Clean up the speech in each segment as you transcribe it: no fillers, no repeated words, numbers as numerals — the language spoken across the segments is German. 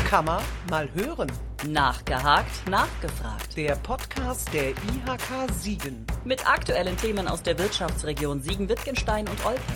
Kann man mal hören. Nachgehakt, nachgefragt. Der Podcast der IHK Siegen. Mit aktuellen Themen aus der Wirtschaftsregion Siegen-Wittgenstein und Olpe.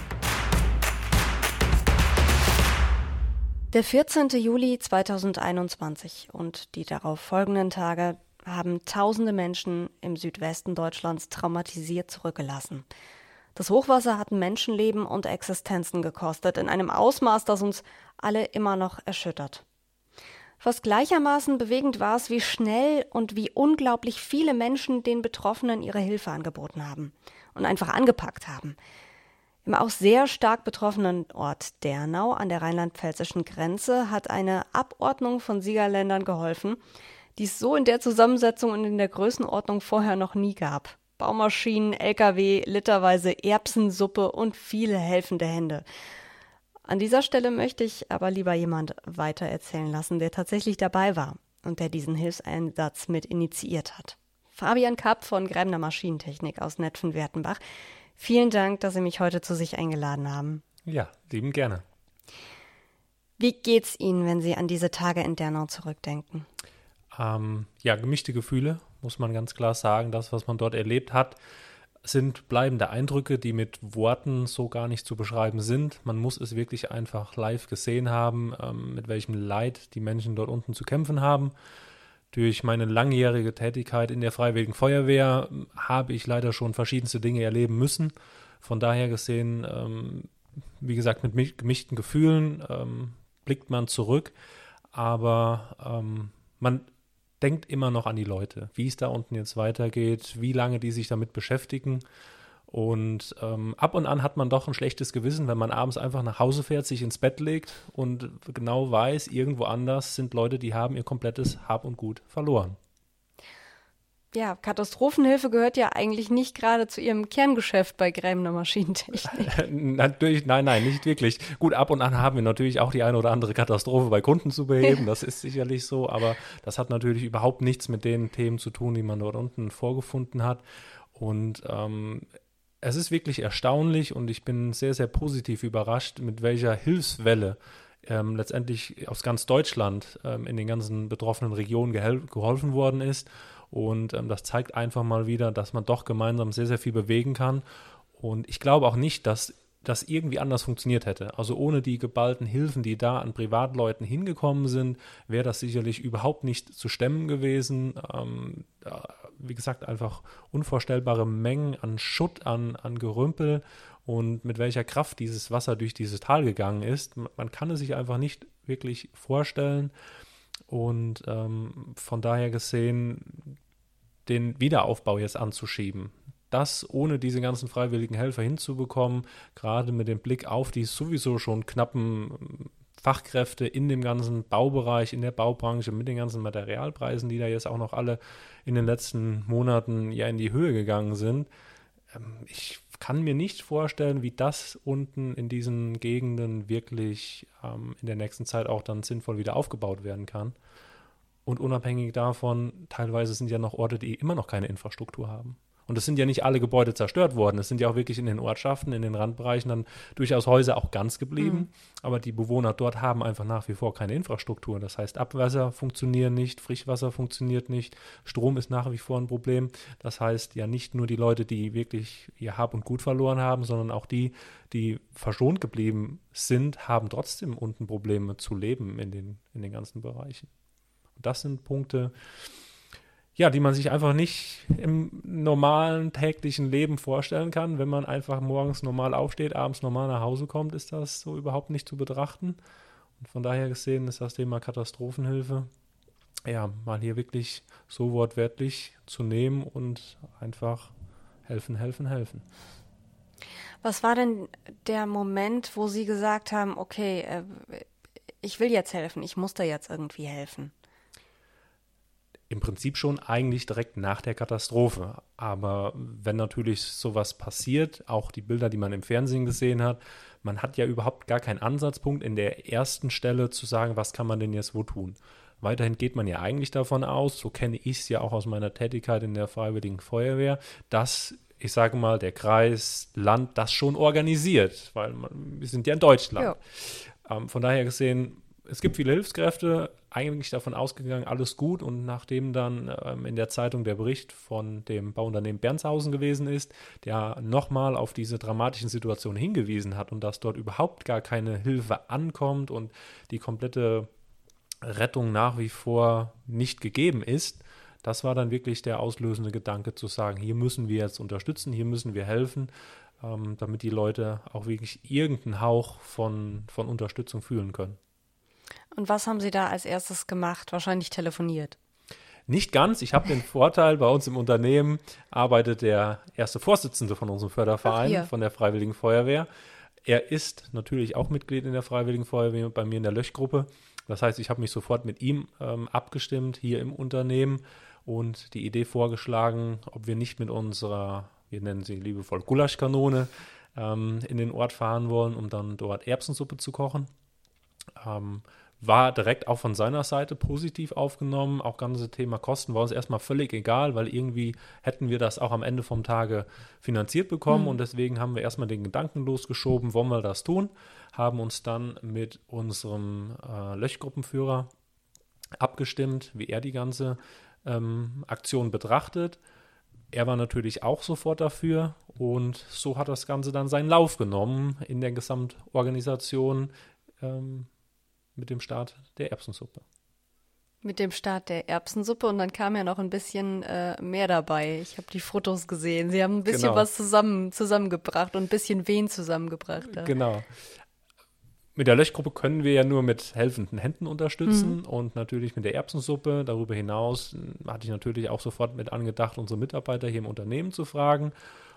Der 14. Juli 2021 und die darauf folgenden Tage haben tausende Menschen im Südwesten Deutschlands traumatisiert zurückgelassen. Das Hochwasser hat Menschenleben und Existenzen gekostet, in einem Ausmaß, das uns alle immer noch erschüttert. Fast gleichermaßen bewegend war es, wie schnell und wie unglaublich viele Menschen den Betroffenen ihre Hilfe angeboten haben und einfach angepackt haben. Im auch sehr stark betroffenen Ort Dernau an der rheinland-pfälzischen Grenze hat eine Abordnung von Siegerländern geholfen, die es so in der Zusammensetzung und in der Größenordnung vorher noch nie gab. Baumaschinen, LKW, literweise Erbsensuppe und viele helfende Hände. An dieser Stelle möchte ich aber lieber jemand weiter erzählen lassen, der tatsächlich dabei war und der diesen Hilfseinsatz mit initiiert hat. Fabian Kapp von Gräbner Maschinentechnik aus Netphen-Wertenbach. Vielen Dank, dass Sie mich heute zu sich eingeladen haben. Ja, liebend gerne. Wie geht's Ihnen, wenn Sie an diese Tage in Dernau zurückdenken? Gemischte Gefühle, muss man ganz klar sagen. Das, was man dort erlebt hat, sind bleibende Eindrücke, die mit Worten so gar nicht zu beschreiben sind. Man muss es wirklich einfach live gesehen haben, mit welchem Leid die Menschen dort unten zu kämpfen haben. Durch meine langjährige Tätigkeit in der Freiwilligen Feuerwehr habe ich leider schon verschiedenste Dinge erleben müssen. Von daher gesehen, wie gesagt, mit gemischten Gefühlen blickt man zurück, aber man denkt immer noch an die Leute, wie es da unten jetzt weitergeht, wie lange die sich damit beschäftigen. Und ab und an hat man doch ein schlechtes Gewissen, wenn man abends einfach nach Hause fährt, sich ins Bett legt und genau weiß, irgendwo anders sind Leute, die haben ihr komplettes Hab und Gut verloren. Ja, Katastrophenhilfe gehört ja eigentlich nicht gerade zu Ihrem Kerngeschäft bei Gräbner Maschinentechnik. Natürlich, nein, nicht wirklich. Gut, ab und an haben wir natürlich auch die eine oder andere Katastrophe bei Kunden zu beheben, das ist sicherlich so, aber das hat natürlich überhaupt nichts mit den Themen zu tun, die man dort unten vorgefunden hat. Und es ist wirklich erstaunlich und ich bin sehr, sehr positiv überrascht, mit welcher Hilfswelle letztendlich aus ganz Deutschland in den ganzen betroffenen Regionen geholfen worden ist. Und das zeigt einfach mal wieder, dass man doch gemeinsam sehr, sehr viel bewegen kann. Und ich glaube auch nicht, dass das irgendwie anders funktioniert hätte. Also ohne die geballten Hilfen, die da an Privatleuten hingekommen sind, wäre das sicherlich überhaupt nicht zu stemmen gewesen. Wie gesagt, einfach unvorstellbare Mengen an Schutt, an Gerümpel und mit welcher Kraft dieses Wasser durch dieses Tal gegangen ist. Man kann es sich einfach nicht wirklich vorstellen. Und von daher gesehen, den Wiederaufbau jetzt anzuschieben, das ohne diese ganzen freiwilligen Helfer hinzubekommen, gerade mit dem Blick auf die sowieso schon knappen Fachkräfte in dem ganzen Baubereich, in der Baubranche, mit den ganzen Materialpreisen, die da jetzt auch noch alle in den letzten Monaten ja in die Höhe gegangen sind. Ich kann mir nicht vorstellen, wie das unten in diesen Gegenden wirklich in der nächsten Zeit auch dann sinnvoll wieder aufgebaut werden kann. Und unabhängig davon, teilweise sind ja noch Orte, die immer noch keine Infrastruktur haben. Und es sind ja nicht alle Gebäude zerstört worden. Es sind ja auch wirklich in den Ortschaften, in den Randbereichen dann durchaus Häuser auch ganz geblieben. Aber die Bewohner dort haben einfach nach wie vor keine Infrastruktur. Das heißt, Abwässer funktionieren nicht, Frischwasser funktioniert nicht, Strom ist nach wie vor ein Problem. Das heißt ja nicht nur die Leute, die wirklich ihr Hab und Gut verloren haben, sondern auch die verschont geblieben sind, haben trotzdem unten Probleme zu leben in den ganzen Bereichen. Und das sind Punkte, ja, die man sich einfach nicht im normalen täglichen Leben vorstellen kann. Wenn man einfach morgens normal aufsteht, abends normal nach Hause kommt, ist das so überhaupt nicht zu betrachten. Und von daher gesehen ist das Thema Katastrophenhilfe ja mal hier wirklich so wortwörtlich zu nehmen und einfach helfen. Was war denn der Moment, wo Sie gesagt haben, okay, ich will jetzt helfen, ich muss da jetzt irgendwie helfen? Im Prinzip schon eigentlich direkt nach der Katastrophe. Aber wenn natürlich sowas passiert, auch die Bilder, die man im Fernsehen gesehen hat, man hat ja überhaupt gar keinen Ansatzpunkt in der ersten Stelle zu sagen, was kann man denn jetzt wo tun. Weiterhin geht man ja eigentlich davon aus, so kenne ich es ja auch aus meiner Tätigkeit in der Freiwilligen Feuerwehr, dass, ich sage mal, der Kreis, Land das schon organisiert, weil wir sind ja in Deutschland. Von daher gesehen es gibt viele Hilfskräfte, eigentlich davon ausgegangen, alles gut. Und nachdem dann in der Zeitung der Bericht von dem Bauunternehmen Bernshausen gewesen ist, der nochmal auf diese dramatischen Situationen hingewiesen hat und dass dort überhaupt gar keine Hilfe ankommt und die komplette Rettung nach wie vor nicht gegeben ist, das war dann wirklich der auslösende Gedanke zu sagen, hier müssen wir jetzt unterstützen, hier müssen wir helfen, damit die Leute auch wirklich irgendeinen Hauch von Unterstützung fühlen können. Und was haben Sie da als erstes gemacht? Wahrscheinlich telefoniert. Nicht ganz. Ich habe den Vorteil, bei uns im Unternehmen arbeitet der erste Vorsitzende von unserem Förderverein, von der Freiwilligen Feuerwehr. Er ist natürlich auch Mitglied in der Freiwilligen Feuerwehr bei mir in der Löschgruppe. Das heißt, ich habe mich sofort mit ihm abgestimmt hier im Unternehmen und die Idee vorgeschlagen, ob wir nicht mit unserer, wir nennen sie liebevoll Gulaschkanone, in den Ort fahren wollen, um dann dort Erbsensuppe zu kochen. War direkt auch von seiner Seite positiv aufgenommen. Auch ganze Thema Kosten war uns erstmal völlig egal, weil irgendwie hätten wir das auch am Ende vom Tage finanziert bekommen und deswegen haben wir erstmal den Gedanken losgeschoben, wollen wir das tun, haben uns dann mit unserem Löschgruppenführer abgestimmt, wie er die ganze Aktion betrachtet. Er war natürlich auch sofort dafür und so hat das Ganze dann seinen Lauf genommen in der Gesamtorganisation mit dem Start der Erbsensuppe. Mit dem Start der Erbsensuppe und dann kam ja noch ein bisschen mehr dabei. Ich habe die Fotos gesehen. Sie haben ein bisschen was zusammengebracht und ein bisschen wen zusammengebracht. Da. Genau. Mit der Löschgruppe können wir ja nur mit helfenden Händen unterstützen und natürlich mit der Erbsensuppe. Darüber hinaus hatte ich natürlich auch sofort mit angedacht, unsere Mitarbeiter hier im Unternehmen zu fragen.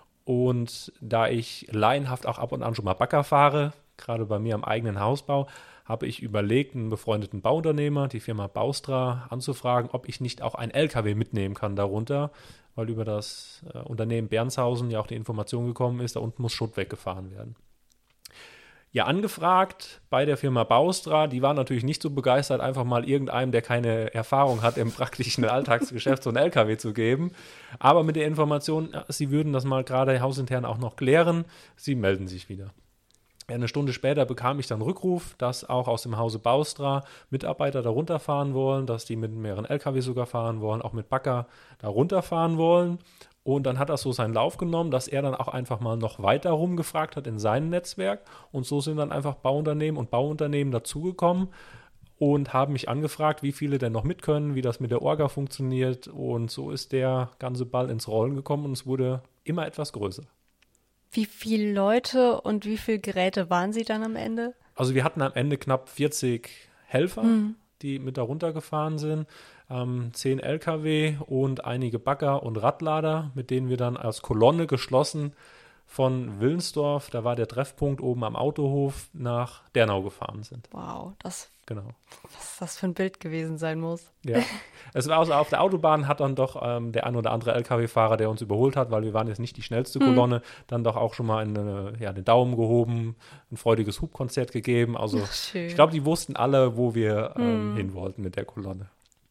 Und da ich laienhaft auch ab und an schon mal Bagger fahre, gerade bei mir am eigenen Hausbau, habe ich überlegt, einen befreundeten Bauunternehmer, die Firma Baustra, anzufragen, ob ich nicht auch einen LKW mitnehmen kann darunter, weil über das Unternehmen Bernshausen ja auch die Information gekommen ist, da unten muss Schutt weggefahren werden. Ja, angefragt bei der Firma Baustra, die war natürlich nicht so begeistert, einfach mal irgendeinem, der keine Erfahrung hat im praktischen Alltagsgeschäft, so einen LKW zu geben. Aber mit der Information, sie würden das mal gerade hausintern auch noch klären, sie melden sich wieder. Eine Stunde später bekam ich dann Rückruf, dass auch aus dem Hause Baustra Mitarbeiter da runterfahren wollen, dass die mit mehreren LKW sogar fahren wollen, auch mit Bagger da runterfahren wollen. Und dann hat das so seinen Lauf genommen, dass er dann auch einfach mal noch weiter rumgefragt hat in seinem Netzwerk. Und so sind dann einfach Bauunternehmen dazugekommen und haben mich angefragt, wie viele denn noch mit können, wie das mit der Orga funktioniert. Und so ist der ganze Ball ins Rollen gekommen und es wurde immer etwas größer. Wie viele Leute und wie viele Geräte waren Sie dann am Ende? Also wir hatten am Ende knapp 40 Helfer, die mit da runtergefahren sind, 10 LKW und einige Bagger und Radlader, mit denen wir dann als Kolonne geschlossen von Willensdorf, da war der Treffpunkt oben am Autohof, nach Dernau gefahren sind. Wow, was das für ein Bild gewesen sein muss. Ja, es war also auf der Autobahn hat dann doch der ein oder andere LKW-Fahrer, der uns überholt hat, weil wir waren jetzt nicht die schnellste Kolonne, dann doch auch schon mal den Daumen gehoben, ein freudiges Hubkonzert gegeben. Also ich glaube, die wussten alle, wo wir hin wollten mit der Kolonne.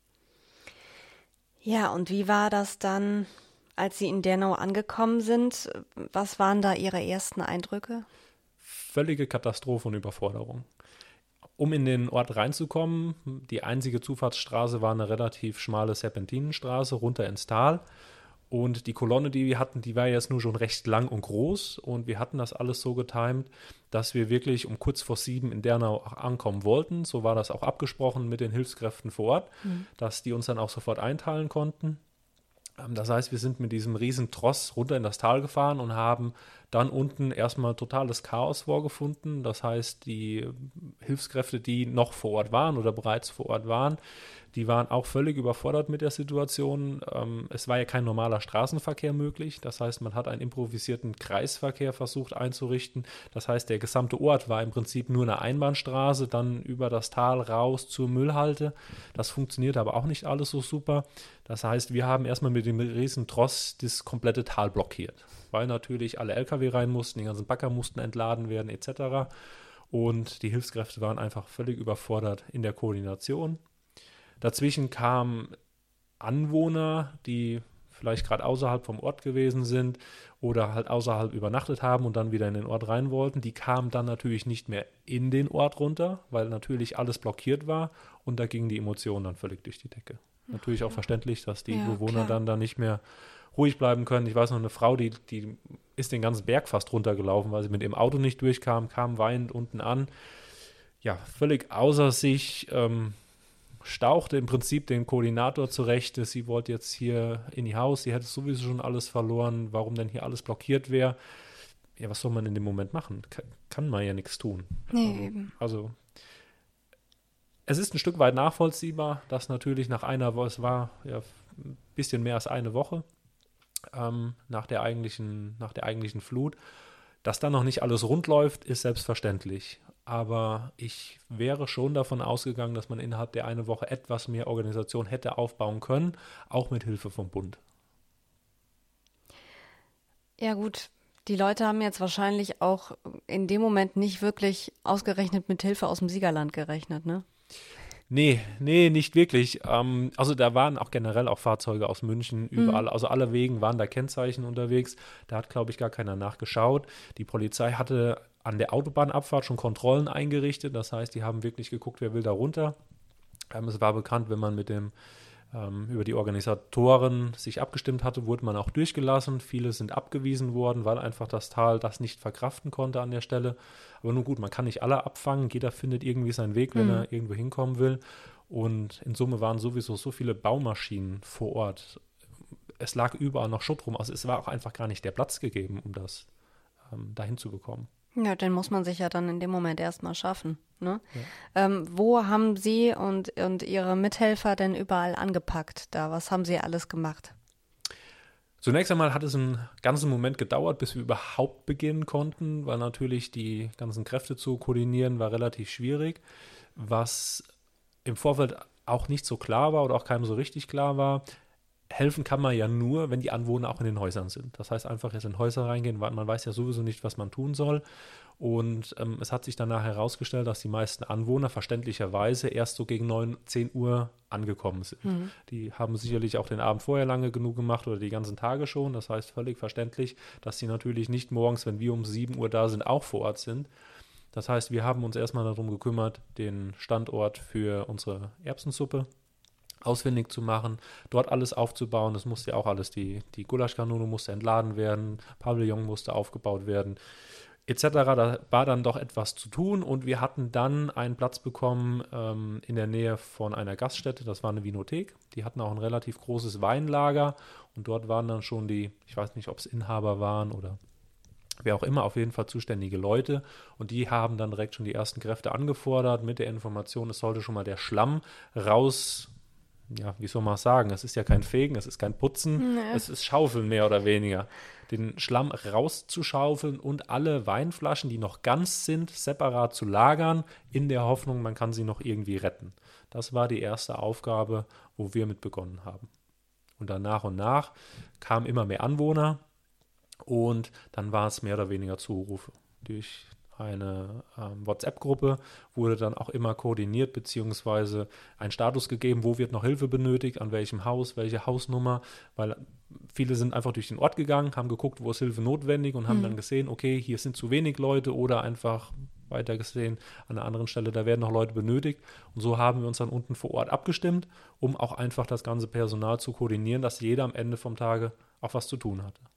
Ja, und wie war das dann, als Sie in Dernau angekommen sind? Was waren da Ihre ersten Eindrücke? Völlige Katastrophe und Überforderung. Um in den Ort reinzukommen, die einzige Zufahrtsstraße war eine relativ schmale Serpentinenstraße runter ins Tal. Und die Kolonne, die wir hatten, die war jetzt nur schon recht lang und groß. Und wir hatten das alles so getimt, dass wir wirklich um kurz vor 7 in Dernau ankommen wollten. So war das auch abgesprochen mit den Hilfskräften vor Ort, dass die uns dann auch sofort einteilen konnten. Das heißt, wir sind mit diesem riesen Tross runter in das Tal gefahren und haben dann unten erstmal totales Chaos vorgefunden. Das heißt, die Hilfskräfte, die noch vor Ort waren oder bereits vor Ort waren, die waren auch völlig überfordert mit der Situation. Es war ja kein normaler Straßenverkehr möglich. Das heißt, man hat einen improvisierten Kreisverkehr versucht einzurichten. Das heißt, der gesamte Ort war im Prinzip nur eine Einbahnstraße, dann über das Tal raus zur Müllhalde. Das funktioniert aber auch nicht alles so super. Das heißt, wir haben erstmal mit dem riesen Tross das komplette Tal blockiert, weil natürlich alle LKW rein mussten, die ganzen Bagger mussten entladen werden etc. Und die Hilfskräfte waren einfach völlig überfordert in der Koordination. Dazwischen kamen Anwohner, die vielleicht gerade außerhalb vom Ort gewesen sind oder halt außerhalb übernachtet haben und dann wieder in den Ort rein wollten. Die kamen dann natürlich nicht mehr in den Ort runter, weil natürlich alles blockiert war und da gingen die Emotionen dann völlig durch die Decke. Natürlich auch verständlich, dass die Bewohner dann nicht mehr ruhig bleiben können. Ich weiß noch, eine Frau, die ist den ganzen Berg fast runtergelaufen, weil sie mit ihrem Auto nicht durchkam, kam weinend unten an. Ja, völlig außer sich, stauchte im Prinzip den Koordinator zurecht. Sie wollte jetzt hier in ihr Haus, sie hätte sowieso schon alles verloren, warum denn hier alles blockiert wäre. Ja, was soll man in dem Moment machen? Kann man ja nichts tun. Nee, eben. Also, es ist ein Stück weit nachvollziehbar, dass natürlich nach einer Woche, es war ja ein bisschen mehr als eine Woche nach der eigentlichen Flut, dass dann noch nicht alles rund läuft, ist selbstverständlich. Aber ich wäre schon davon ausgegangen, dass man innerhalb der eine Woche etwas mehr Organisation hätte aufbauen können, auch mit Hilfe vom Bund. Ja gut, die Leute haben jetzt wahrscheinlich auch in dem Moment nicht wirklich ausgerechnet mit Hilfe aus dem Siegerland gerechnet, ne? Nee, nicht wirklich. Also da waren auch generell auch Fahrzeuge aus München überall, also alle Wegen waren da Kennzeichen unterwegs. Da hat, glaube ich, gar keiner nachgeschaut. Die Polizei hatte an der Autobahnabfahrt schon Kontrollen eingerichtet. Das heißt, die haben wirklich geguckt, wer will da runter. Es war bekannt, wenn man mit dem über die Organisatoren sich abgestimmt hatte, wurde man auch durchgelassen. Viele sind abgewiesen worden, weil einfach das Tal das nicht verkraften konnte an der Stelle. Aber nun gut, man kann nicht alle abfangen. Jeder findet irgendwie seinen Weg, wenn er irgendwo hinkommen will. Und in Summe waren sowieso so viele Baumaschinen vor Ort. Es lag überall noch Schutt rum. Also es war auch einfach gar nicht der Platz gegeben, um das dahin zu bekommen. Ja, den muss man sich ja dann in dem Moment erstmal schaffen. Ne? Ja. Wo haben Sie und Ihre Mithelfer denn überall angepackt da? Was haben Sie alles gemacht? Zunächst einmal hat es einen ganzen Moment gedauert, bis wir überhaupt beginnen konnten, weil natürlich die ganzen Kräfte zu koordinieren war relativ schwierig. Was im Vorfeld auch nicht so klar war oder auch keinem so richtig klar war, helfen kann man ja nur, wenn die Anwohner auch in den Häusern sind. Das heißt, einfach jetzt in Häuser reingehen, weil man weiß ja sowieso nicht, was man tun soll. Und es hat sich danach herausgestellt, dass die meisten Anwohner verständlicherweise erst so gegen 9, 10 Uhr angekommen sind. Die haben sicherlich auch den Abend vorher lange genug gemacht oder die ganzen Tage schon. Das heißt, völlig verständlich, dass sie natürlich nicht morgens, wenn wir um 7 Uhr da sind, auch vor Ort sind. Das heißt, wir haben uns erstmal darum gekümmert, den Standort für unsere Erbsensuppe ausfindig zu machen, dort alles aufzubauen. Das musste ja auch alles, die Gulaschkanone musste entladen werden, Pavillon musste aufgebaut werden, etc. Da war dann doch etwas zu tun und wir hatten dann einen Platz bekommen in der Nähe von einer Gaststätte, das war eine Vinothek. Die hatten auch ein relativ großes Weinlager und dort waren dann schon die, ich weiß nicht, ob es Inhaber waren oder wer auch immer, auf jeden Fall zuständige Leute und die haben dann direkt schon die ersten Kräfte angefordert mit der Information, es sollte schon mal der Schlamm raus. Ja, wie soll man sagen, es ist ja kein Fegen, es ist kein Putzen, es ist Schaufeln mehr oder weniger. Den Schlamm rauszuschaufeln und alle Weinflaschen, die noch ganz sind, separat zu lagern, in der Hoffnung, man kann sie noch irgendwie retten. Das war die erste Aufgabe, wo wir mit begonnen haben. Und dann nach und nach kamen immer mehr Anwohner und dann war es mehr oder weniger Zurufe. Durch eine WhatsApp-Gruppe wurde dann auch immer koordiniert beziehungsweise ein Status gegeben, wo wird noch Hilfe benötigt, an welchem Haus, welche Hausnummer, weil viele sind einfach durch den Ort gegangen, haben geguckt, wo ist Hilfe notwendig und haben dann gesehen, okay, hier sind zu wenig Leute oder einfach weiter gesehen, an einer anderen Stelle, da werden noch Leute benötigt und so haben wir uns dann unten vor Ort abgestimmt, um auch einfach das ganze Personal zu koordinieren, dass jeder am Ende vom Tage auch was zu tun hatte.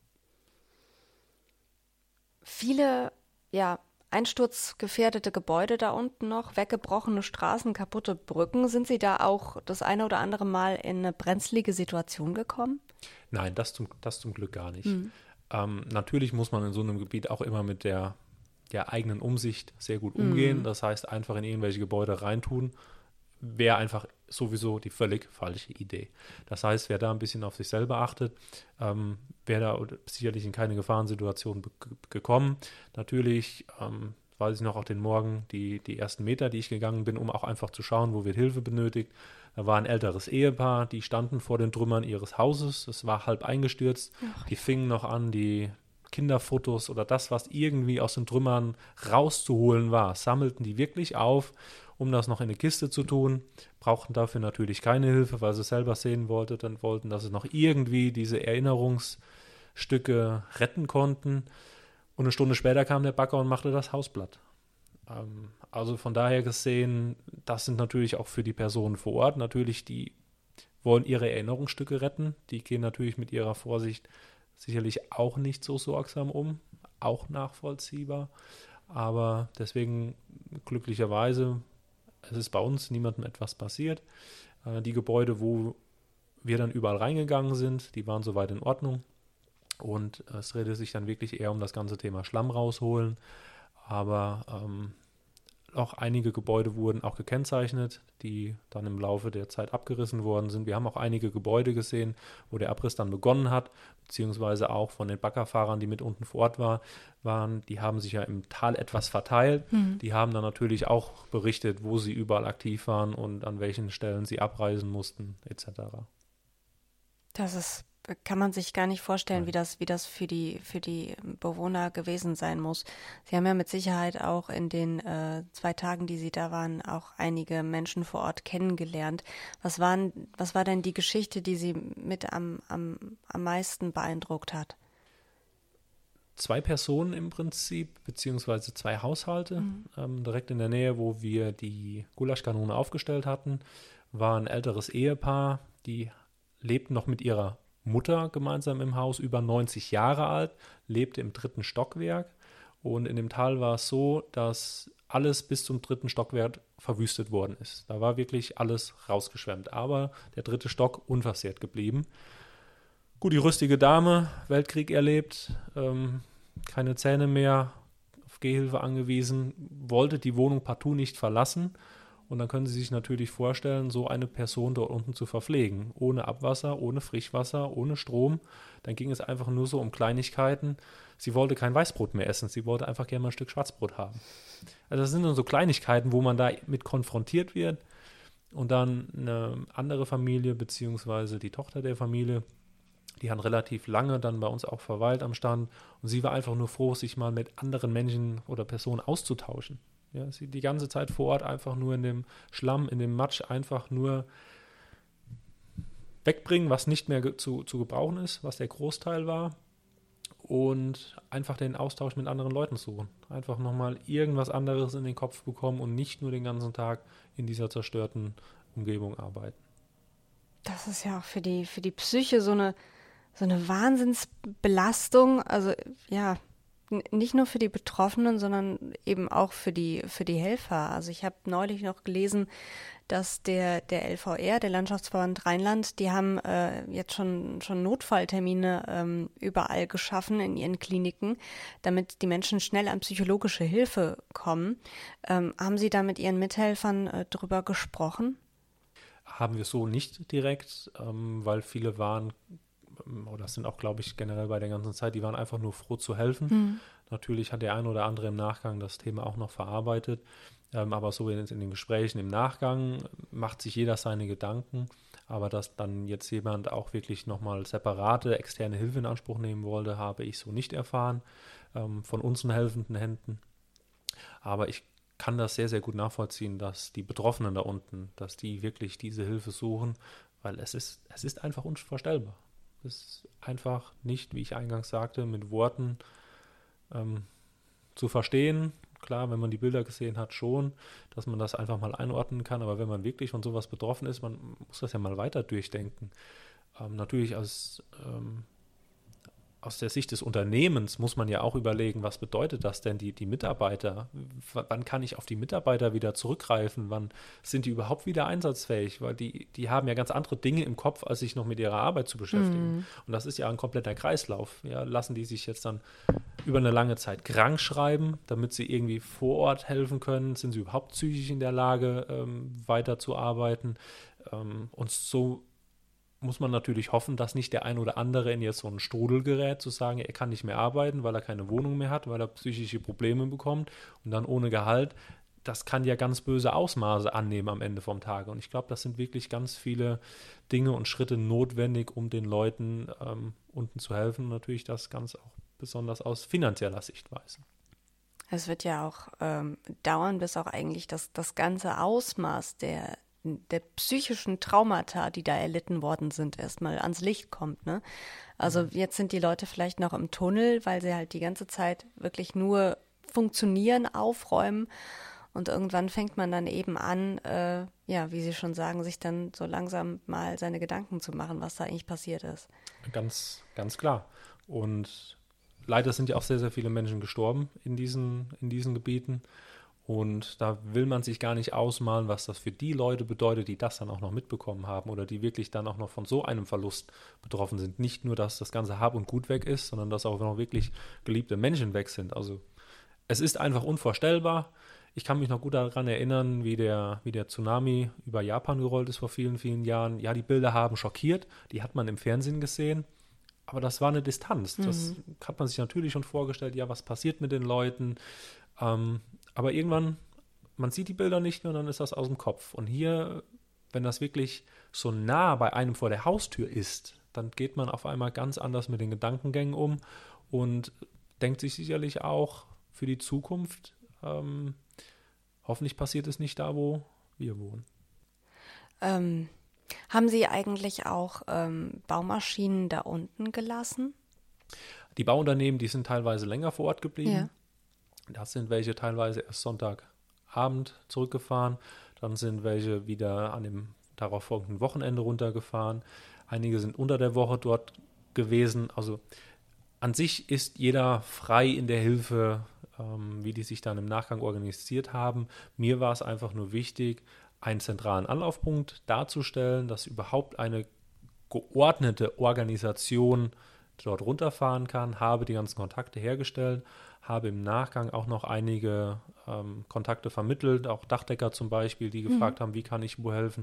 Viele, einsturzgefährdete Gebäude da unten noch, weggebrochene Straßen, kaputte Brücken. Sind Sie da auch das eine oder andere Mal in eine brenzlige Situation gekommen? Nein, das zum Glück gar nicht. Natürlich muss man in so einem Gebiet auch immer mit der eigenen Umsicht sehr gut umgehen. Das heißt, einfach in irgendwelche Gebäude reintun, wäre einfach sowieso die völlig falsche Idee. Das heißt, wer da ein bisschen auf sich selber achtet, wäre da sicherlich in keine Gefahrensituation gekommen. Natürlich weiß ich noch auch den Morgen, die ersten Meter, die ich gegangen bin, um auch einfach zu schauen, wo wird Hilfe benötigt. Da war ein älteres Ehepaar, die standen vor den Trümmern ihres Hauses. Es war halb eingestürzt. Die fingen noch an, die Kinderfotos oder das, was irgendwie aus den Trümmern rauszuholen war, sammelten die wirklich auf, um das noch in eine Kiste zu tun, brauchten dafür natürlich keine Hilfe, weil sie selber sehen wollten, dass sie noch irgendwie diese Erinnerungsstücke retten konnten. Und eine Stunde später kam der Bagger und machte das Haus platt. Also von daher gesehen, das sind natürlich auch für die Personen vor Ort, natürlich die wollen ihre Erinnerungsstücke retten, die gehen natürlich mit ihrer Vorsicht sicherlich auch nicht so sorgsam um, auch nachvollziehbar, aber deswegen glücklicherweise, es ist bei uns niemandem etwas passiert. Die Gebäude, wo wir dann überall reingegangen sind, die waren soweit in Ordnung und es drehte sich dann wirklich eher um das ganze Thema Schlamm rausholen, aber auch einige Gebäude wurden auch gekennzeichnet, die dann im Laufe der Zeit abgerissen worden sind. Wir haben auch einige Gebäude gesehen, wo der Abriss dann begonnen hat, beziehungsweise auch von den Baggerfahrern, die mit unten vor Ort waren. Die haben sich ja im Tal etwas verteilt. Die haben dann natürlich auch berichtet, wo sie überall aktiv waren und an welchen Stellen sie abreisen mussten, etc. Kann man sich gar nicht vorstellen, wie das für die Bewohner gewesen sein muss. Sie haben ja mit Sicherheit auch in den 2 Tagen, die Sie da waren, auch einige Menschen vor Ort kennengelernt. Was war denn die Geschichte, die Sie mit am meisten beeindruckt hat? 2 Personen im Prinzip, beziehungsweise 2 Haushalte. Direkt in der Nähe, wo wir die Gulaschkanone aufgestellt hatten, war ein älteres Ehepaar, die lebten noch mit ihrer Mutter gemeinsam im Haus, über 90 Jahre alt, lebte im 3. Stockwerk und in dem Tal war es so, dass alles bis zum 3. Stockwerk verwüstet worden ist. Da war wirklich alles rausgeschwemmt, aber der 3. Stock unversehrt geblieben. Gut, die rüstige Dame, Weltkrieg erlebt, keine Zähne mehr, auf Gehhilfe angewiesen, wollte die Wohnung partout nicht verlassen. Und dann können Sie sich natürlich vorstellen, so eine Person dort unten zu verpflegen. Ohne Abwasser, ohne Frischwasser, ohne Strom. Dann ging es einfach nur so um Kleinigkeiten. Sie wollte kein Weißbrot mehr essen. Sie wollte einfach gerne mal ein Stück Schwarzbrot haben. Also das sind dann so Kleinigkeiten, wo man da mit konfrontiert wird. Und dann eine andere Familie, beziehungsweise die Tochter der Familie, die hat relativ lange dann bei uns auch verweilt am Stand. Und sie war einfach nur froh, sich mal mit anderen Menschen oder Personen auszutauschen. Ja, sie die ganze Zeit vor Ort einfach nur in dem Schlamm, in dem Matsch einfach nur wegbringen, was nicht mehr zu gebrauchen ist, was der Großteil war und einfach den Austausch mit anderen Leuten suchen. Einfach nochmal irgendwas anderes in den Kopf bekommen und nicht nur den ganzen Tag in dieser zerstörten Umgebung arbeiten. Das ist ja auch für die Psyche so eine Wahnsinnsbelastung, also ja, nicht nur für die Betroffenen, sondern eben auch für die Helfer. Also ich habe neulich noch gelesen, dass der LVR, der Landschaftsverband Rheinland, die haben jetzt schon Notfalltermine überall geschaffen in ihren Kliniken, damit die Menschen schnell an psychologische Hilfe kommen. Haben Sie da mit Ihren Mithelfern drüber gesprochen? Haben wir so nicht direkt, weil viele waren, oder das sind auch, glaube ich, generell bei der ganzen Zeit, die waren einfach nur froh zu helfen. Natürlich hat der ein oder andere im Nachgang das Thema auch noch verarbeitet, aber so in den Gesprächen im Nachgang macht sich jeder seine Gedanken, aber dass dann jetzt jemand auch wirklich nochmal separate externe Hilfe in Anspruch nehmen wollte, habe ich so nicht erfahren von unseren helfenden Händen. Aber ich kann das sehr, sehr gut nachvollziehen, dass die Betroffenen da unten, dass die wirklich diese Hilfe suchen, weil es ist einfach unvorstellbar. Es ist einfach nicht, wie ich eingangs sagte, mit Worten zu verstehen. Klar, wenn man die Bilder gesehen hat, schon, dass man das einfach mal einordnen kann. Aber wenn man wirklich von sowas betroffen ist, man muss das ja mal weiter durchdenken. Natürlich aus der Sicht des Unternehmens muss man ja auch überlegen, was bedeutet das denn, die Mitarbeiter? Wann kann ich auf die Mitarbeiter wieder zurückgreifen? Wann sind die überhaupt wieder einsatzfähig? Weil die haben ja ganz andere Dinge im Kopf, als sich noch mit ihrer Arbeit zu beschäftigen. Und das ist ja ein kompletter Kreislauf. Ja, lassen die sich jetzt dann über eine lange Zeit krank schreiben, damit sie irgendwie vor Ort helfen können? Sind sie überhaupt psychisch in der Lage, weiterzuarbeiten? Und so muss man natürlich hoffen, dass nicht der ein oder andere in jetzt so einen Strudel gerät, zu sagen, er kann nicht mehr arbeiten, weil er keine Wohnung mehr hat, weil er psychische Probleme bekommt und dann ohne Gehalt. Das kann ja ganz böse Ausmaße annehmen am Ende vom Tage. Und ich glaube, das sind wirklich ganz viele Dinge und Schritte notwendig, um den Leuten unten zu helfen und natürlich das ganz auch besonders aus finanzieller Sichtweise. Es wird ja auch dauern, bis auch eigentlich das ganze Ausmaß der psychischen Traumata, die da erlitten worden sind, erstmal ans Licht kommt, ne? Also jetzt sind die Leute vielleicht noch im Tunnel, weil sie halt die ganze Zeit wirklich nur funktionieren, aufräumen und irgendwann fängt man dann eben an, wie Sie schon sagen, sich dann so langsam mal seine Gedanken zu machen, was da eigentlich passiert ist. Ganz, ganz klar. Und leider sind ja auch sehr, sehr viele Menschen gestorben in diesen Gebieten. Und da will man sich gar nicht ausmalen, was das für die Leute bedeutet, die das dann auch noch mitbekommen haben oder die wirklich dann auch noch von so einem Verlust betroffen sind. Nicht nur, dass das ganze Hab und Gut weg ist, sondern dass auch noch wirklich geliebte Menschen weg sind. Also es ist einfach unvorstellbar. Ich kann mich noch gut daran erinnern, wie der Tsunami über Japan gerollt ist vor vielen, vielen Jahren. Ja, die Bilder haben schockiert, die hat man im Fernsehen gesehen. Aber das war eine Distanz. Das hat man sich natürlich schon vorgestellt, ja, was passiert mit den Leuten? Aber irgendwann, man sieht die Bilder nicht mehr und dann ist das aus dem Kopf. Und hier, wenn das wirklich so nah bei einem vor der Haustür ist, dann geht man auf einmal ganz anders mit den Gedankengängen um und denkt sich sicherlich auch für die Zukunft, hoffentlich passiert es nicht da, wo wir wohnen. Haben Sie eigentlich auch Baumaschinen da unten gelassen? Die Bauunternehmen, die sind teilweise länger vor Ort geblieben. Ja. Da sind welche teilweise erst Sonntagabend zurückgefahren. Dann sind welche wieder an dem darauffolgenden Wochenende runtergefahren. Einige sind unter der Woche dort gewesen. Also an sich ist jeder frei in der Hilfe, wie die sich dann im Nachgang organisiert haben. Mir war es einfach nur wichtig, einen zentralen Anlaufpunkt darzustellen, dass überhaupt eine geordnete Organisation dort runterfahren kann, habe die ganzen Kontakte hergestellt, habe im Nachgang auch noch einige Kontakte vermittelt, auch Dachdecker zum Beispiel, die gefragt haben, wie kann ich wo helfen.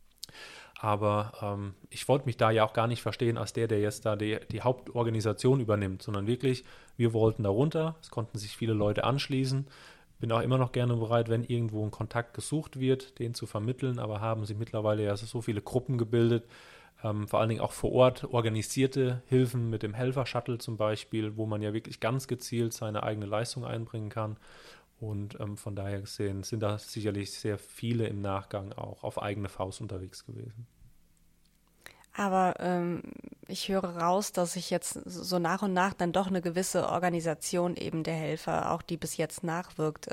Aber ich wollte mich da ja auch gar nicht verstehen als der jetzt da die Hauptorganisation übernimmt, sondern wirklich, wir wollten da runter, es konnten sich viele Leute anschließen. Bin auch immer noch gerne bereit, wenn irgendwo ein Kontakt gesucht wird, den zu vermitteln, aber haben sich mittlerweile ja so viele Gruppen gebildet, vor allen Dingen auch vor Ort organisierte Hilfen mit dem Helfer-Shuttle zum Beispiel, wo man ja wirklich ganz gezielt seine eigene Leistung einbringen kann. Und von daher gesehen sind da sicherlich sehr viele im Nachgang auch auf eigene Faust unterwegs gewesen. Aber ich höre raus, dass sich jetzt so nach und nach dann doch eine gewisse Organisation eben der Helfer, auch die bis jetzt nachwirkt,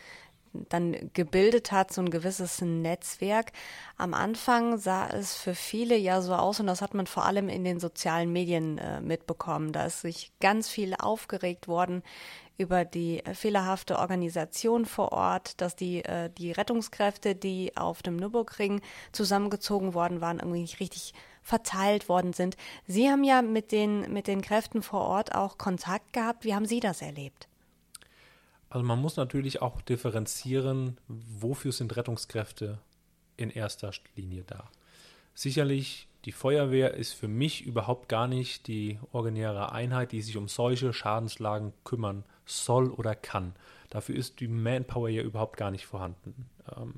dann gebildet hat, so ein gewisses Netzwerk. Am Anfang sah es für viele ja so aus, und das hat man vor allem in den sozialen Medien mitbekommen. Da ist sich ganz viel aufgeregt worden über die fehlerhafte Organisation vor Ort, dass die Rettungskräfte, die auf dem Nürburgring zusammengezogen worden waren, irgendwie nicht richtig verteilt worden sind. Sie haben ja mit den Kräften vor Ort auch Kontakt gehabt. Wie haben Sie das erlebt? Also man muss natürlich auch differenzieren, wofür sind Rettungskräfte in erster Linie da. Sicherlich, die Feuerwehr ist für mich überhaupt gar nicht die originäre Einheit, die sich um solche Schadenslagen kümmern soll oder kann. Dafür ist die Manpower ja überhaupt gar nicht vorhanden.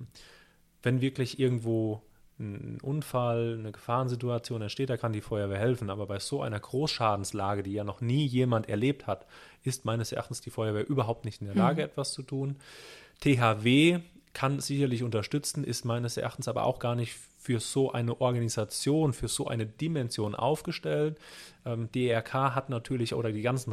Wenn wirklich irgendwo ein Unfall, eine Gefahrensituation entsteht, da kann die Feuerwehr helfen. Aber bei so einer Großschadenslage, die ja noch nie jemand erlebt hat, ist meines Erachtens die Feuerwehr überhaupt nicht in der Lage, etwas zu tun. THW kann sicherlich unterstützen, ist meines Erachtens aber auch gar nicht für so eine Organisation, für so eine Dimension aufgestellt. DRK hat natürlich, oder die ganzen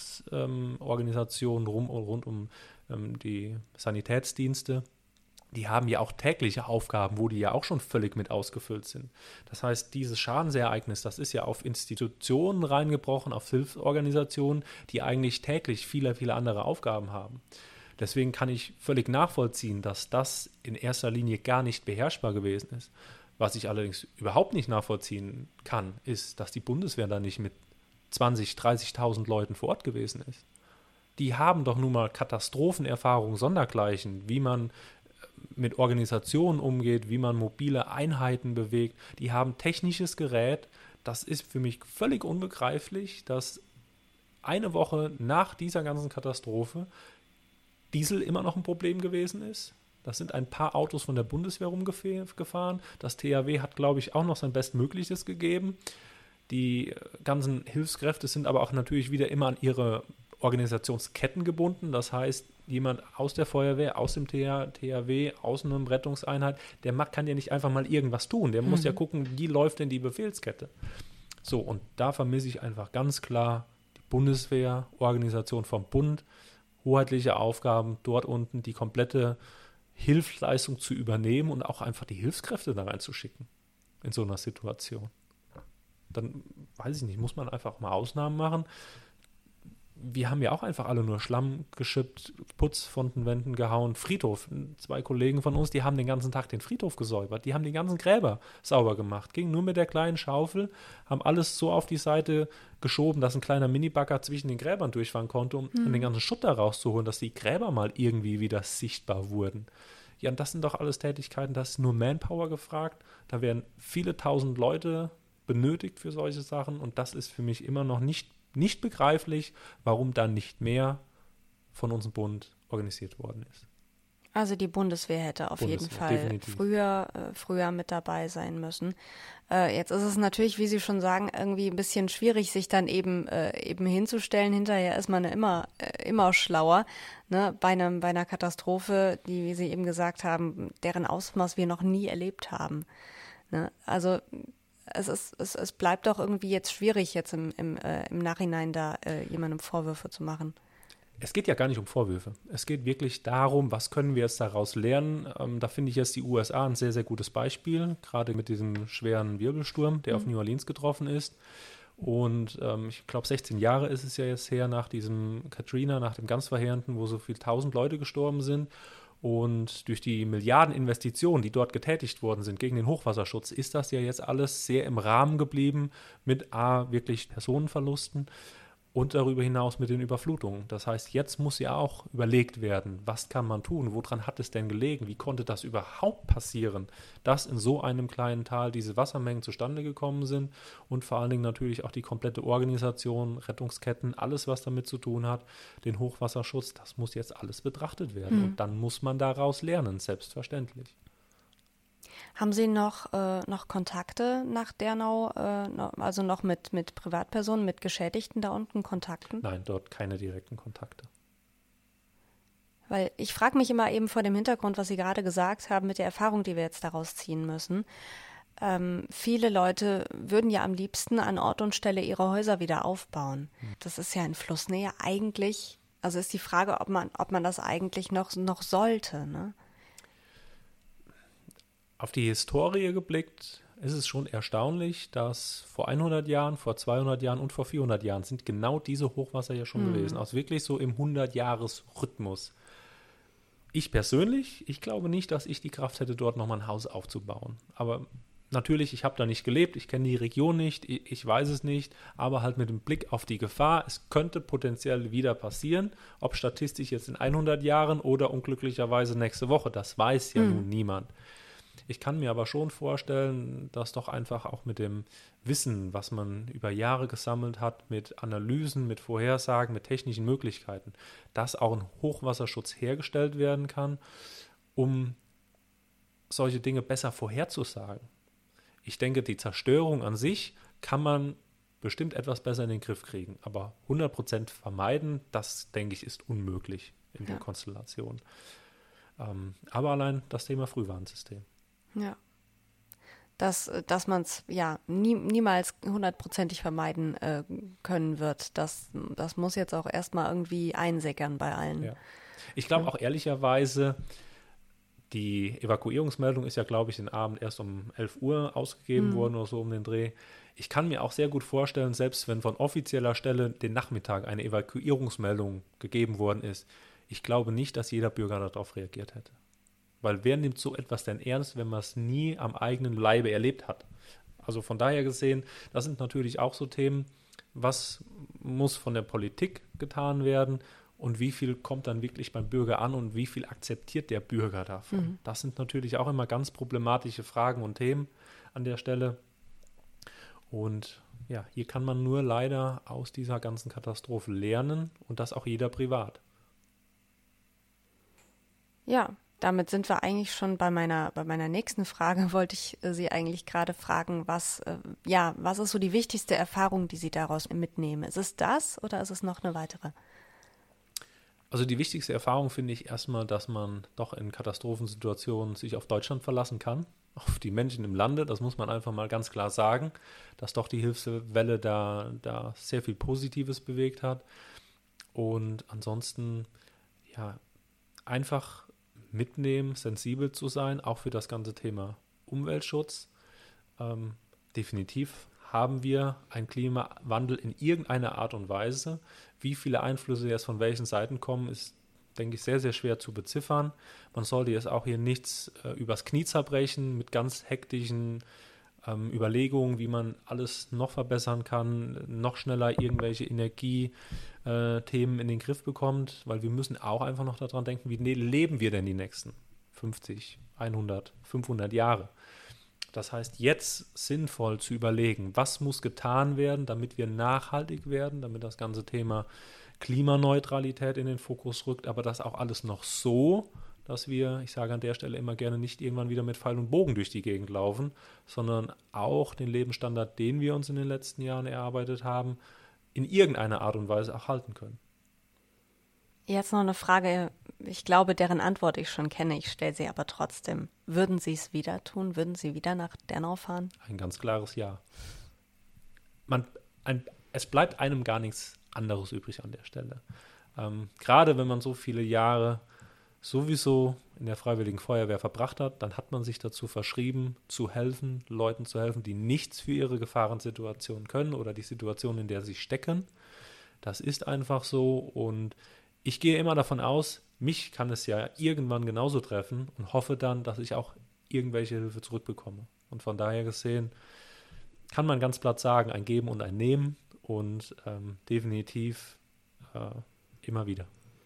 Rettungsorganisationen rund um die Sanitätsdienste, die haben ja auch tägliche Aufgaben, wo die ja auch schon völlig mit ausgefüllt sind. Das heißt, dieses Schadensereignis, das ist ja auf Institutionen reingebrochen, auf Hilfsorganisationen, die eigentlich täglich viele, viele andere Aufgaben haben. Deswegen kann ich völlig nachvollziehen, dass das in erster Linie gar nicht beherrschbar gewesen ist. Was ich allerdings überhaupt nicht nachvollziehen kann, ist, dass die Bundeswehr da nicht mit 20.000, 30.000 Leuten vor Ort gewesen ist. Die haben doch nun mal Katastrophenerfahrung sondergleichen, wie man mit Organisationen umgeht, wie man mobile Einheiten bewegt. Die haben technisches Gerät. Das ist für mich völlig unbegreiflich, dass eine Woche nach dieser ganzen Katastrophe Diesel immer noch ein Problem gewesen ist. Da sind ein paar Autos von der Bundeswehr rumgefahren. Das THW hat, glaube ich, auch noch sein Bestmögliches gegeben. Die ganzen Hilfskräfte sind aber auch natürlich wieder immer an ihre Organisationsketten gebunden. Das heißt, jemand aus der Feuerwehr, aus dem THW, aus einer Rettungseinheit, kann ja nicht einfach mal irgendwas tun. Der muss ja gucken, wie läuft denn die Befehlskette. So, und da vermisse ich einfach ganz klar die Bundeswehr, Organisation vom Bund, hoheitliche Aufgaben dort unten, die komplette Hilfsleistung zu übernehmen und auch einfach die Hilfskräfte da reinzuschicken in so einer Situation. Dann, weiß ich nicht, muss man einfach mal Ausnahmen machen. Wir haben ja auch einfach alle nur Schlamm geschippt, Putz von den Wänden gehauen, Friedhof. 2 Kollegen von uns, die haben den ganzen Tag den Friedhof gesäubert, die haben die ganzen Gräber sauber gemacht, gingen nur mit der kleinen Schaufel, haben alles so auf die Seite geschoben, dass ein kleiner Minibagger zwischen den Gräbern durchfahren konnte, um den ganzen Schutt da rauszuholen, dass die Gräber mal irgendwie wieder sichtbar wurden. Ja, und das sind doch alles Tätigkeiten, da ist nur Manpower gefragt, da werden viele tausend Leute benötigt für solche Sachen und das ist für mich immer noch nicht begreiflich, warum dann nicht mehr von unserem Bund organisiert worden ist. Also die Bundeswehr hätte auf jeden Fall definitiv früher mit dabei sein müssen. Jetzt ist es natürlich, wie Sie schon sagen, irgendwie ein bisschen schwierig, sich dann eben hinzustellen. Hinterher ist man immer schlauer, ne? Bei einer Katastrophe, die, wie Sie eben gesagt haben, deren Ausmaß wir noch nie erlebt haben. Ne? Also es bleibt doch irgendwie jetzt schwierig, jetzt im Nachhinein da jemandem Vorwürfe zu machen. Es geht ja gar nicht um Vorwürfe. Es geht wirklich darum, was können wir jetzt daraus lernen. Da finde ich jetzt die USA ein sehr, sehr gutes Beispiel, gerade mit diesem schweren Wirbelsturm, der auf New Orleans getroffen ist. Und ich glaube, 16 Jahre ist es ja jetzt her nach diesem Katrina, nach dem ganz verheerenden, wo so viele 1000 Leute gestorben sind. Und durch die Milliardeninvestitionen, die dort getätigt worden sind gegen den Hochwasserschutz, ist das ja jetzt alles sehr im Rahmen geblieben mit wirklich Personenverlusten und darüber hinaus mit den Überflutungen. Das heißt, jetzt muss ja auch überlegt werden, was kann man tun, woran hat es denn gelegen, wie konnte das überhaupt passieren, dass in so einem kleinen Tal diese Wassermengen zustande gekommen sind und vor allen Dingen natürlich auch die komplette Organisation, Rettungsketten, alles, was damit zu tun hat, den Hochwasserschutz, das muss jetzt alles betrachtet werden und dann muss man daraus lernen, selbstverständlich. Haben Sie noch Kontakte nach Dernau, also noch mit Privatpersonen, mit Geschädigten da unten Kontakten? Nein, dort keine direkten Kontakte. Weil ich frage mich immer eben vor dem Hintergrund, was Sie gerade gesagt haben, mit der Erfahrung, die wir jetzt daraus ziehen müssen. Viele Leute würden ja am liebsten an Ort und Stelle ihre Häuser wieder aufbauen. Das ist ja in Flussnähe eigentlich, also ist die Frage, ob man das eigentlich noch sollte, ne? Auf die Historie geblickt ist es schon erstaunlich, dass vor 100 Jahren, vor 200 Jahren und vor 400 Jahren sind genau diese Hochwasser ja schon gewesen. Also wirklich so im 100-Jahres-Rhythmus. Ich persönlich, ich glaube nicht, dass ich die Kraft hätte, dort nochmal ein Haus aufzubauen. Aber natürlich, ich habe da nicht gelebt, ich kenne die Region nicht, ich weiß es nicht, aber halt mit dem Blick auf die Gefahr, es könnte potenziell wieder passieren, ob statistisch jetzt in 100 Jahren oder unglücklicherweise nächste Woche, das weiß ja nun niemand. Ich kann mir aber schon vorstellen, dass doch einfach auch mit dem Wissen, was man über Jahre gesammelt hat, mit Analysen, mit Vorhersagen, mit technischen Möglichkeiten, dass auch ein Hochwasserschutz hergestellt werden kann, um solche Dinge besser vorherzusagen. Ich denke, die Zerstörung an sich kann man bestimmt etwas besser in den Griff kriegen, aber 100% vermeiden, das, denke ich, ist unmöglich in der Konstellation. Aber allein das Thema Frühwarnsystem. Ja, dass man es niemals 100%ig vermeiden können wird. Das muss jetzt auch erstmal irgendwie einsickern bei allen. Ja. Ich glaube auch ehrlicherweise, die Evakuierungsmeldung ist ja, glaube ich, den Abend erst um 11 Uhr ausgegeben worden oder so um den Dreh. Ich kann mir auch sehr gut vorstellen, selbst wenn von offizieller Stelle den Nachmittag eine Evakuierungsmeldung gegeben worden ist, ich glaube nicht, dass jeder Bürger darauf reagiert hätte. Weil wer nimmt so etwas denn ernst, wenn man es nie am eigenen Leibe erlebt hat? Also von daher gesehen, das sind natürlich auch so Themen, was muss von der Politik getan werden und wie viel kommt dann wirklich beim Bürger an und wie viel akzeptiert der Bürger davon? Das sind natürlich auch immer ganz problematische Fragen und Themen an der Stelle. Und ja, hier kann man nur leider aus dieser ganzen Katastrophe lernen und das auch jeder privat. Ja, Damit sind wir eigentlich schon bei meiner nächsten Frage, wollte ich Sie eigentlich gerade fragen, was ist so die wichtigste Erfahrung, die Sie daraus mitnehmen? Ist es das oder ist es noch eine weitere? Also die wichtigste Erfahrung finde ich erstmal, dass man doch in Katastrophensituationen sich auf Deutschland verlassen kann, auf die Menschen im Lande. Das muss man einfach mal ganz klar sagen, dass doch die Hilfswelle da sehr viel Positives bewegt hat. Und ansonsten, ja, einfach mitnehmen, sensibel zu sein, auch für das ganze Thema Umweltschutz. Definitiv haben wir einen Klimawandel in irgendeiner Art und Weise. Wie viele Einflüsse jetzt von welchen Seiten kommen, ist, denke ich, sehr, sehr schwer zu beziffern. Man sollte jetzt auch hier nichts übers Knie zerbrechen mit ganz hektischen Überlegungen, wie man alles noch verbessern kann, noch schneller irgendwelche Energiethemen in den Griff bekommt, weil wir müssen auch einfach noch daran denken, wie leben wir denn die nächsten 50, 100, 500 Jahre. Das heißt, jetzt sinnvoll zu überlegen, was muss getan werden, damit wir nachhaltig werden, damit das ganze Thema Klimaneutralität in den Fokus rückt, aber das auch alles noch so, dass wir, ich sage an der Stelle immer gerne, nicht irgendwann wieder mit Pfeil und Bogen durch die Gegend laufen, sondern auch den Lebensstandard, den wir uns in den letzten Jahren erarbeitet haben, in irgendeiner Art und Weise auch halten können. Jetzt noch eine Frage, ich glaube, deren Antwort ich schon kenne, ich stelle sie aber trotzdem. Würden Sie es wieder tun? Würden Sie wieder nach Dernau fahren? Ein ganz klares Ja. Es bleibt einem gar nichts anderes übrig an der Stelle. Gerade wenn man so viele Jahre sowieso in der Freiwilligen Feuerwehr verbracht hat, dann hat man sich dazu verschrieben, zu helfen, Leuten zu helfen, die nichts für ihre Gefahrensituation können oder die Situation, in der sie stecken. Das ist einfach so und ich gehe immer davon aus, mich kann es ja irgendwann genauso treffen und hoffe dann, dass ich auch irgendwelche Hilfe zurückbekomme. Und von daher gesehen kann man ganz platt sagen, ein Geben und ein Nehmen und definitiv immer wieder.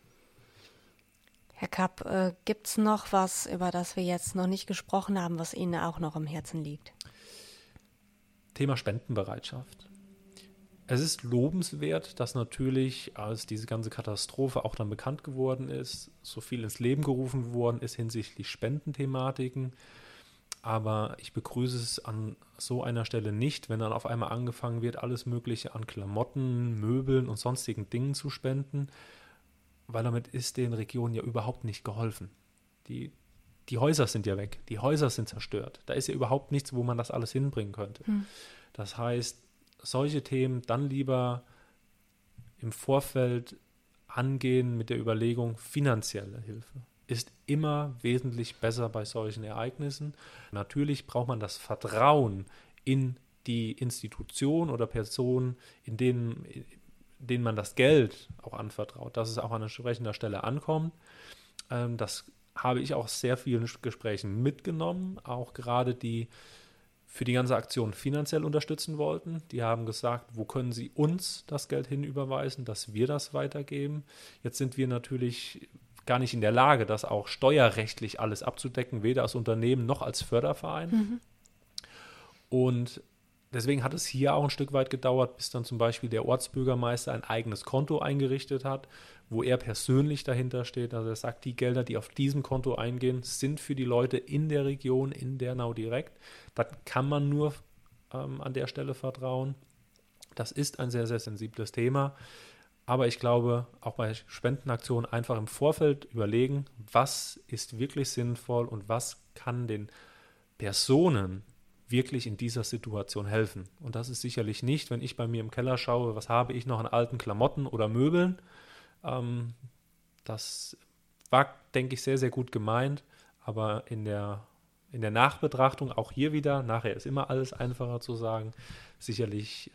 Herr Kapp, gibt es noch was, über das wir jetzt noch nicht gesprochen haben, was Ihnen auch noch am Herzen liegt? Thema Spendenbereitschaft. Es ist lobenswert, dass natürlich, als diese ganze Katastrophe auch dann bekannt geworden ist, so viel ins Leben gerufen worden ist hinsichtlich Spendenthematiken. Aber ich begrüße es an so einer Stelle nicht, wenn dann auf einmal angefangen wird, alles Mögliche an Klamotten, Möbeln und sonstigen Dingen zu spenden, weil damit ist den Regionen ja überhaupt nicht geholfen. Die Häuser sind ja weg, die Häuser sind zerstört. Da ist ja überhaupt nichts, wo man das alles hinbringen könnte. Das heißt, solche Themen dann lieber im Vorfeld angehen mit der Überlegung, finanzielle Hilfe ist immer wesentlich besser bei solchen Ereignissen. Natürlich braucht man das Vertrauen in die Institution oder Personen, in denen man das Geld auch anvertraut, dass es auch an entsprechender Stelle ankommt. Das habe ich auch sehr vielen Gesprächen mitgenommen, auch gerade die für die ganze Aktion finanziell unterstützen wollten. Die haben gesagt, wo können sie uns das Geld hinüberweisen, dass wir das weitergeben. Jetzt sind wir natürlich gar nicht in der Lage, das auch steuerrechtlich alles abzudecken, weder als Unternehmen noch als Förderverein. Und deswegen hat es hier auch ein Stück weit gedauert, bis dann zum Beispiel der Ortsbürgermeister ein eigenes Konto eingerichtet hat, wo er persönlich dahinter steht. Also er sagt, die Gelder, die auf diesem Konto eingehen, sind für die Leute in der Region, in Dernau direkt. Da kann man nur an der Stelle vertrauen. Das ist ein sehr, sehr sensibles Thema. Aber ich glaube, auch bei Spendenaktionen einfach im Vorfeld überlegen, was ist wirklich sinnvoll und was kann den Personen wirklich in dieser Situation helfen. Und das ist sicherlich nicht, wenn ich bei mir im Keller schaue, was habe ich noch an alten Klamotten oder Möbeln. Das war, denke ich, sehr, sehr gut gemeint, aber in der Nachbetrachtung, auch hier wieder, nachher ist immer alles einfacher zu sagen, sicherlich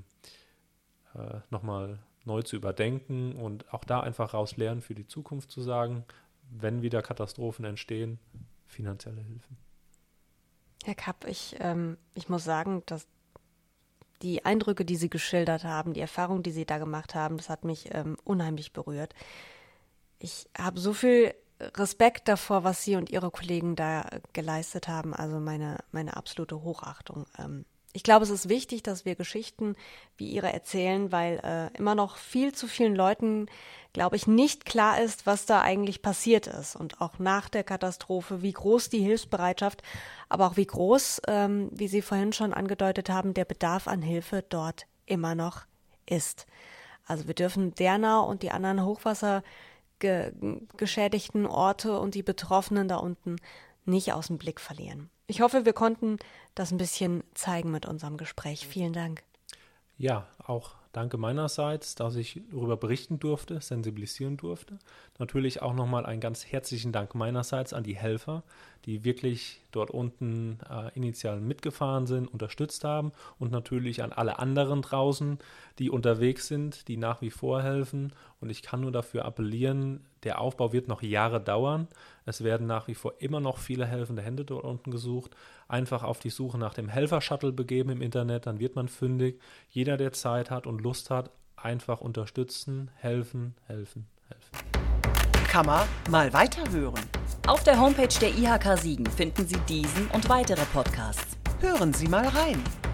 nochmal neu zu überdenken und auch da einfach raus lernen für die Zukunft zu sagen, wenn wieder Katastrophen entstehen, finanzielle Hilfen. Herr Kapp, ich muss sagen, dass die Eindrücke, die Sie geschildert haben, die Erfahrungen, die Sie da gemacht haben, das hat mich unheimlich berührt. Ich habe so viel Respekt davor, was Sie und Ihre Kollegen da geleistet haben, also meine absolute Hochachtung. Ich glaube, es ist wichtig, dass wir Geschichten wie ihre erzählen, weil immer noch viel zu vielen Leuten, glaube ich, nicht klar ist, was da eigentlich passiert ist. Und auch nach der Katastrophe, wie groß die Hilfsbereitschaft, aber auch wie groß, wie Sie vorhin schon angedeutet haben, der Bedarf an Hilfe dort immer noch ist. Also wir dürfen Dernau und die anderen hochwassergeschädigten Orte und die Betroffenen da unten nicht aus dem Blick verlieren. Ich hoffe, wir konnten das ein bisschen zeigen mit unserem Gespräch. Vielen Dank. Ja, auch danke meinerseits, dass ich darüber berichten durfte, sensibilisieren durfte. Natürlich auch nochmal einen ganz herzlichen Dank meinerseits an die Helfer, die wirklich dort unten initial mitgefahren sind, unterstützt haben und natürlich an alle anderen draußen, die unterwegs sind, die nach wie vor helfen. Und ich kann nur dafür appellieren, der Aufbau wird noch Jahre dauern. Es werden nach wie vor immer noch viele helfende Hände dort unten gesucht. Einfach auf die Suche nach dem Helfer-Shuttle begeben im Internet, dann wird man fündig. Jeder, der Zeit hat und Lust hat, einfach unterstützen, helfen, helfen, helfen. Kann man mal weiterhören. Auf der Homepage der IHK Siegen finden Sie diesen und weitere Podcasts. Hören Sie mal rein.